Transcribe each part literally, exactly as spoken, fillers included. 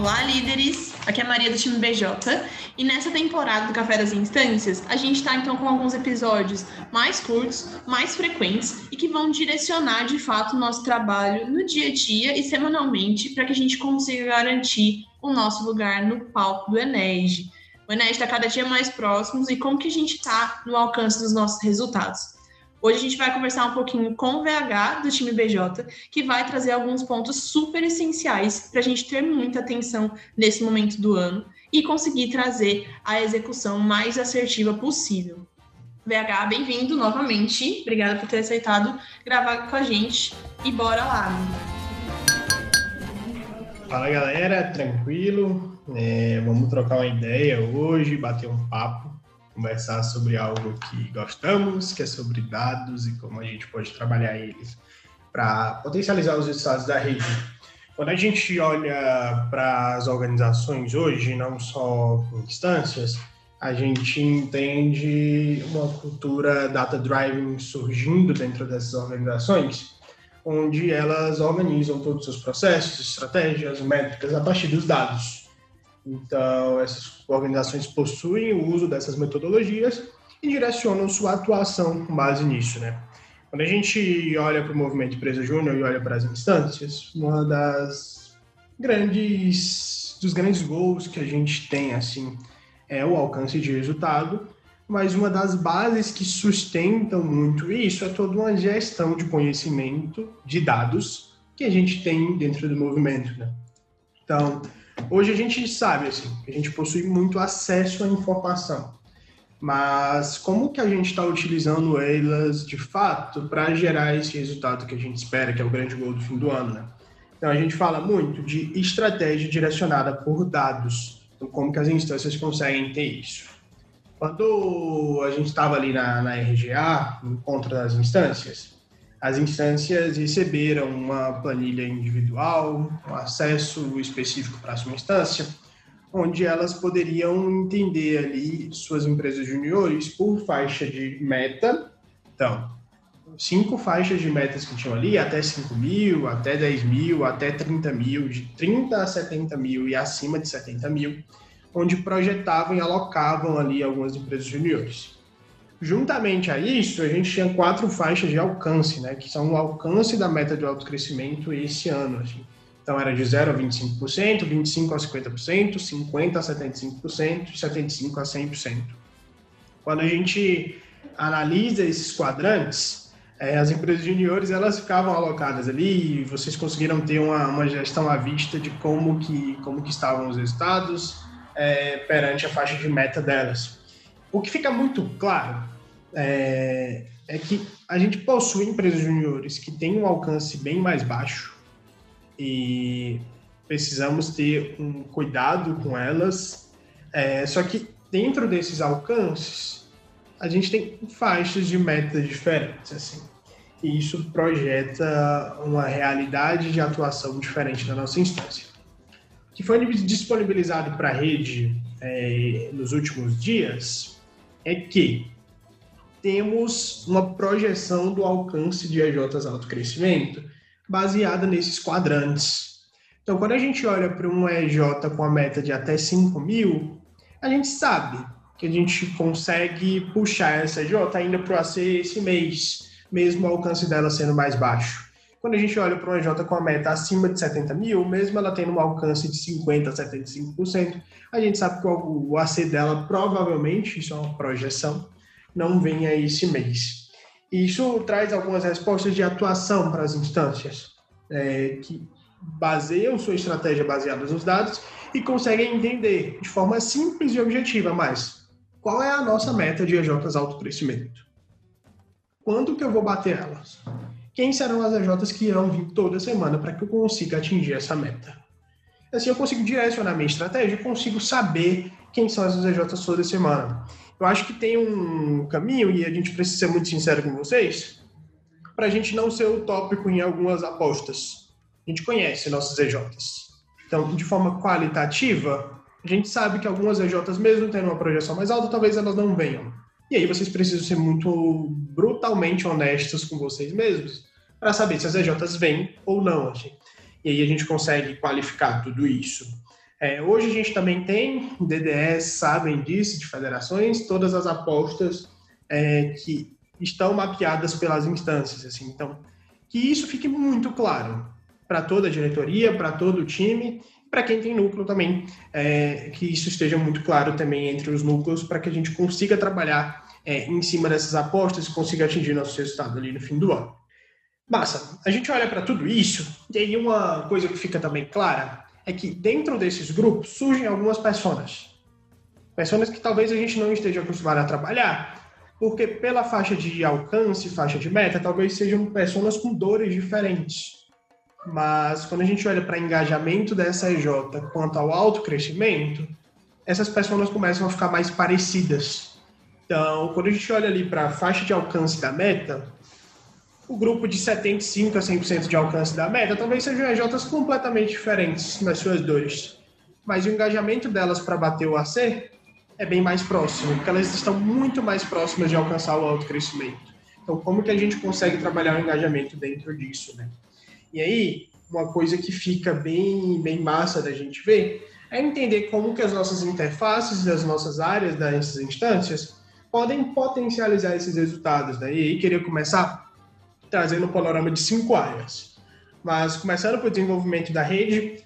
Olá, líderes! Aqui é a Maria do time B J e nessa temporada do Café das Instâncias a gente está então com alguns episódios mais curtos, mais frequentes e que vão direcionar de fato o nosso trabalho no dia a dia e semanalmente para que a gente consiga garantir o nosso lugar no palco do Enege. O Enege está cada dia mais próximo e como que a gente está no alcance dos nossos resultados. Hoje a gente vai conversar um pouquinho com o V H do time B J, que vai trazer alguns pontos super essenciais para a gente ter muita atenção nesse momento do ano e conseguir trazer a execução mais assertiva possível. V H, bem-vindo novamente. Obrigada por ter aceitado gravar com a gente e bora lá. Fala, galera, tranquilo? É, vamos trocar uma ideia hoje, bater um papo. Conversar sobre algo que gostamos, que é sobre dados e como a gente pode trabalhar eles para potencializar os resultados da rede. Quando a gente olha para as organizações hoje, não só instâncias, a gente entende uma cultura data-driven surgindo dentro dessas organizações, onde elas organizam todos os seus processos, estratégias, métricas a partir dos dados. Então, essas organizações possuem o uso dessas metodologias e direcionam sua atuação com base nisso, né? Quando a gente olha para o movimento Empresa Júnior e olha para as instâncias, uma das grandes, dos grandes goals que a gente tem, assim, é o alcance de resultado, mas uma das bases que sustentam muito isso é toda uma gestão de conhecimento, de dados, que a gente tem dentro do movimento, né? Então, hoje a gente sabe, assim, que a gente possui muito acesso à informação, mas como que a gente está utilizando elas de fato para gerar esse resultado que a gente espera, que é o grande gol do fim do ano, né? Então a gente fala muito de estratégia direcionada por dados, então como que as instâncias conseguem ter isso. Quando a gente estava ali na, na R G A, no encontro das instâncias, as instâncias receberam uma planilha individual, um acesso específico para a sua instância, onde elas poderiam entender ali suas empresas juniores por faixa de meta. Então, cinco faixas de metas que tinham ali, até cinco mil, até dez mil, até trinta mil, de trinta a setenta mil e acima de setenta mil, onde projetavam e alocavam ali algumas empresas juniores. Juntamente a isso, a gente tinha quatro faixas de alcance, né, que são o alcance da meta de autocrescimento esse ano. Assim. Então, era de zero a vinte e cinco por cento, vinte e cinco por cento a cinquenta por cento, cinquenta por cento a setenta e cinco por cento, setenta e cinco por cento a cem por cento. Quando a gente analisa esses quadrantes, é, as empresas juniores elas ficavam alocadas ali e vocês conseguiram ter uma, uma gestão à vista de como que, como que estavam os resultados é, perante a faixa de meta delas. O que fica muito claro é, é que a gente possui empresas juniores que têm um alcance bem mais baixo e precisamos ter um cuidado com elas. É, só que dentro desses alcances, a gente tem faixas de metas diferentes, assim, e isso projeta uma realidade de atuação diferente da nossa instância. O que foi disponibilizado para a rede é, nos últimos dias é que temos uma projeção do alcance de E Js alto crescimento baseada nesses quadrantes. Então, quando a gente olha para um E J com a meta de até cinco mil, a gente sabe que a gente consegue puxar essa E J ainda para o A C esse mês, mesmo o alcance dela sendo mais baixo. Quando a gente olha para uma E J com a meta acima de setenta mil, mesmo ela tendo um alcance de cinquenta por cento a setenta e cinco por cento, a gente sabe que o A C dela provavelmente, isso é uma projeção, não venha esse mês. E isso traz algumas respostas de atuação para as instâncias, é, que baseiam sua estratégia baseada nos dados e conseguem entender de forma simples e objetiva, mas qual é a nossa meta de E Js alto crescimento? Quando que eu vou bater elas? Quem serão as E Js que irão vir toda semana para que eu consiga atingir essa meta? Assim eu consigo direcionar minha estratégia, eu consigo saber quem são essas E Js toda semana. Eu acho que tem um caminho, e a gente precisa ser muito sincero com vocês, para a gente não ser utópico em algumas apostas. A gente conhece nossas E Js. Então, de forma qualitativa, a gente sabe que algumas E Js, mesmo tendo uma projeção mais alta, talvez elas não venham. E aí vocês precisam ser muito brutalmente honestos com vocês mesmos para saber se as E Js vêm ou não. Assim. E aí a gente consegue qualificar tudo isso. É, hoje a gente também tem, D D S sabem disso, de federações, todas as apostas é, que estão mapeadas pelas instâncias. Assim, então, que isso fique muito claro para toda a diretoria, para todo o time, para quem tem núcleo também, é, que isso esteja muito claro também entre os núcleos, para que a gente consiga trabalhar é, em cima dessas apostas e consiga atingir nosso resultado ali no fim do ano. Massa, a gente olha para tudo isso, e aí uma coisa que fica também clara é que dentro desses grupos surgem algumas personas. Personas que talvez a gente não esteja acostumado a trabalhar, porque pela faixa de alcance, faixa de meta, talvez sejam pessoas com dores diferentes. Mas quando a gente olha para engajamento da S R J quanto ao autocrescimento, essas pessoas começam a ficar mais parecidas. Então, quando a gente olha ali para a faixa de alcance da meta, o grupo de setenta e cinco por cento a cem por cento de alcance da meta talvez sejam E Js completamente diferentes nas suas dores. Mas o engajamento delas para bater o A C é bem mais próximo, porque elas estão muito mais próximas de alcançar o autocrescimento. Então, como que a gente consegue trabalhar o engajamento dentro disso, né? E aí, uma coisa que fica bem, bem massa da gente ver é entender como que as nossas interfaces e as nossas áreas dessas instâncias podem potencializar esses resultados, né? E aí, queria começar trazendo um panorama de cinco áreas. Mas começando pelo desenvolvimento da rede,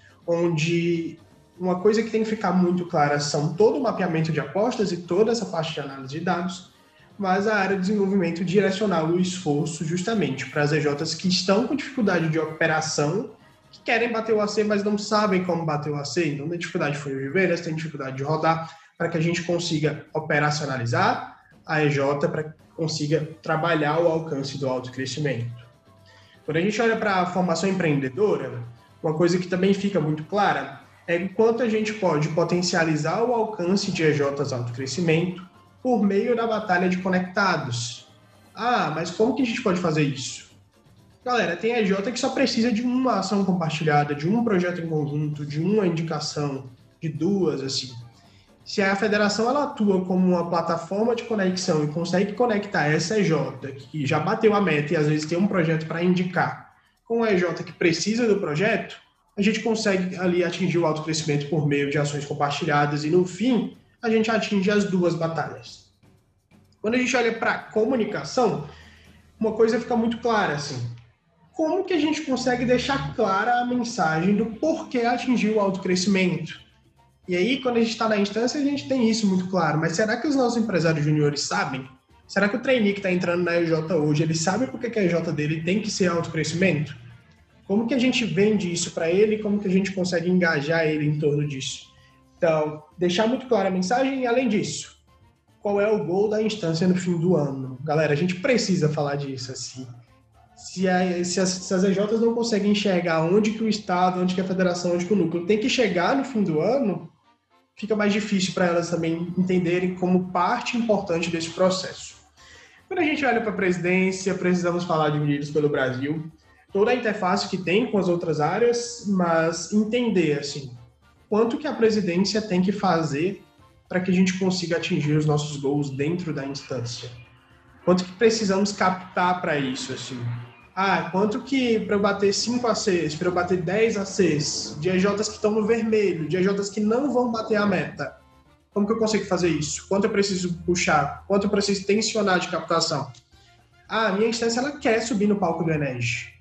onde uma coisa que tem que ficar muito clara são todo o mapeamento de apostas e toda essa parte de análise de dados, mas a área de desenvolvimento direcionar o esforço justamente para as E Js que estão com dificuldade de operação, que querem bater o A C, mas não sabem como bater o A C, então tem dificuldade de funil de vendas, tem dificuldade de rodar, para que a gente consiga operacionalizar a E J, para que consiga trabalhar o alcance do autocrescimento. Quando a gente olha para a formação empreendedora, uma coisa que também fica muito clara é o quanto a gente pode potencializar o alcance de E Js autocrescimento por meio da batalha de conectados. Ah, mas como que a gente pode fazer isso? Galera, tem E J que só precisa de uma ação compartilhada, de um projeto em conjunto, de uma indicação, de duas, assim. Se a federação ela atua como uma plataforma de conexão e consegue conectar essa E J, que já bateu a meta e às vezes tem um projeto para indicar, com a E J que precisa do projeto, a gente consegue ali atingir o autocrescimento por meio de ações compartilhadas e, no fim, a gente atinge as duas batalhas. Quando a gente olha para a comunicação, uma coisa fica muito clara, assim. Como que a gente consegue deixar clara a mensagem do porquê atingir o autocrescimento? E aí, quando a gente está na instância, a gente tem isso muito claro. Mas será que os nossos empresários juniores sabem? Será que o trainee que está entrando na E J hoje, ele sabe por que a E J dele tem que ser autocrescimento? Como que a gente vende isso para ele e como que a gente consegue engajar ele em torno disso? Então, deixar muito clara a mensagem e, além disso, qual é o goal da instância no fim do ano? Galera, a gente precisa falar disso, assim. Se, a, se, as, se as E Js não conseguem enxergar onde que o Estado, onde que a Federação, onde que o Núcleo tem que chegar no fim do ano, fica mais difícil para elas também entenderem como parte importante desse processo. Quando a gente olha para a presidência, precisamos falar de Unidos pelo Brasil, toda a interface que tem com as outras áreas, mas entender, assim, quanto que a presidência tem que fazer para que a gente consiga atingir os nossos goals dentro da instância. Quanto que precisamos captar para isso, assim. Ah, quanto que para eu bater cinco A Cs, para eu bater dez A Cs, de E Js que estão no vermelho, de E Js que não vão bater a meta. Como que eu consigo fazer isso? Quanto eu preciso puxar? Quanto eu preciso tensionar de captação? Ah, a minha instância ela quer subir no palco do Enege.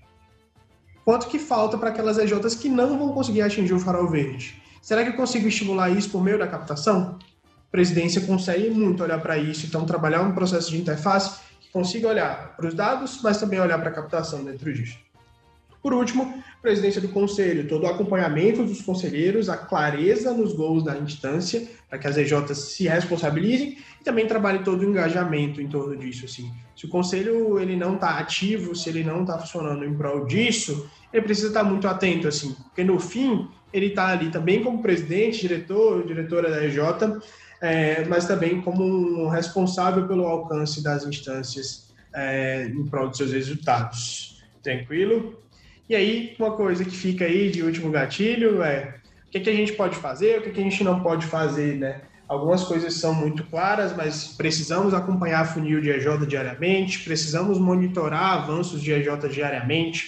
Quanto que falta para aquelas E Js que não vão conseguir atingir o farol verde? Será que eu consigo estimular isso por meio da captação? A presidência consegue muito olhar para isso, então trabalhar um processo de interface que consiga olhar para os dados, mas também olhar para a captação dentro disso. Por último, presidência do conselho, todo o acompanhamento dos conselheiros, a clareza nos gols da instância, para que as E Js se responsabilizem e também trabalhe todo o engajamento em torno disso. Assim. Se o conselho ele não está ativo, se ele não está funcionando em prol disso, ele precisa estar muito atento, assim, porque no fim ele está ali também como presidente, diretor, diretora da E J, é, mas também como um responsável pelo alcance das instâncias é, em prol dos seus resultados. Tranquilo? E aí, uma coisa que fica aí de último gatilho é o que, que a gente pode fazer, o que, que a gente não pode fazer, né? Algumas coisas são muito claras, mas precisamos acompanhar funil de E J diariamente, precisamos monitorar avanços de E J diariamente,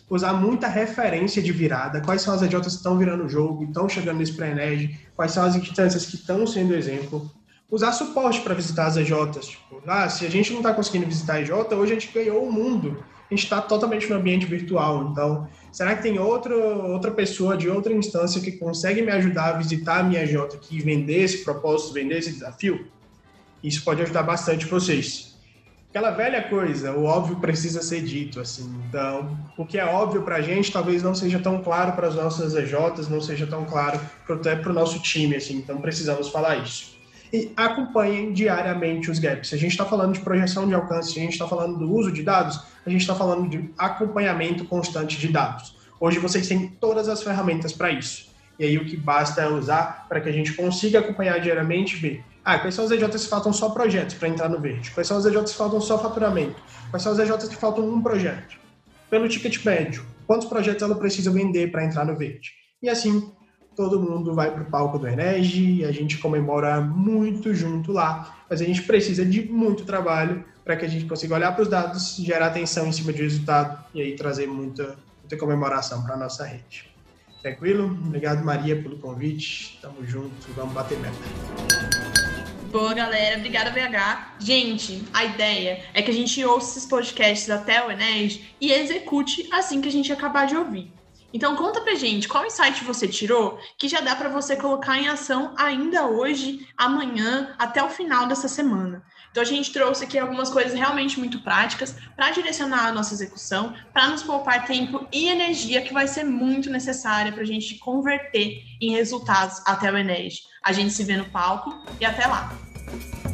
usar muita referência de virada, quais são as E Js que estão virando o jogo, estão chegando nesse pré-Ened, quais são as instâncias que estão sendo exemplo. Usar suporte para visitar as E Js. Tipo, ah, se a gente não está conseguindo visitar a E J, hoje a gente ganhou o mundo. A gente está totalmente no ambiente virtual. Então, será que tem outra, outra pessoa de outra instância que consegue me ajudar a visitar a minha E J aqui e vender esse propósito, vender esse desafio? Isso pode ajudar bastante vocês. Aquela velha coisa, o óbvio precisa ser dito, assim. Então, o que é óbvio para a gente talvez não seja tão claro para as nossas E Js, não seja tão claro até para o nosso time, assim. Então, precisamos falar isso. E acompanhem diariamente os gaps. Se a gente está falando de projeção de alcance, se a gente está falando do uso de dados, a gente está falando de acompanhamento constante de dados. Hoje vocês têm todas as ferramentas para isso. E aí o que basta é usar para que a gente consiga acompanhar diariamente e ver ah, quais são as E Js que faltam só projetos para entrar no verde, quais são as E Js que faltam só faturamento, quais são as E Js que faltam um projeto. Pelo ticket médio, quantos projetos ela precisa vender para entrar no verde. E assim, todo mundo vai para o palco do Ened e a gente comemora muito junto lá, mas a gente precisa de muito trabalho para que a gente consiga olhar para os dados, gerar atenção em cima do resultado e aí trazer muita, muita comemoração para a nossa rede. Tranquilo? Obrigado, Maria, pelo convite. Tamo junto, vamos bater meta. Boa, galera. Obrigada, B H. Gente, a ideia é que a gente ouça esses podcasts até o Ened e execute assim que a gente acabar de ouvir. Então, conta pra gente qual insight você tirou que já dá para você colocar em ação ainda hoje, amanhã, até o final dessa semana. Então, a gente trouxe aqui algumas coisas realmente muito práticas para direcionar a nossa execução, para nos poupar tempo e energia que vai ser muito necessária para a gente converter em resultados até o Ened. A gente se vê no palco e até lá!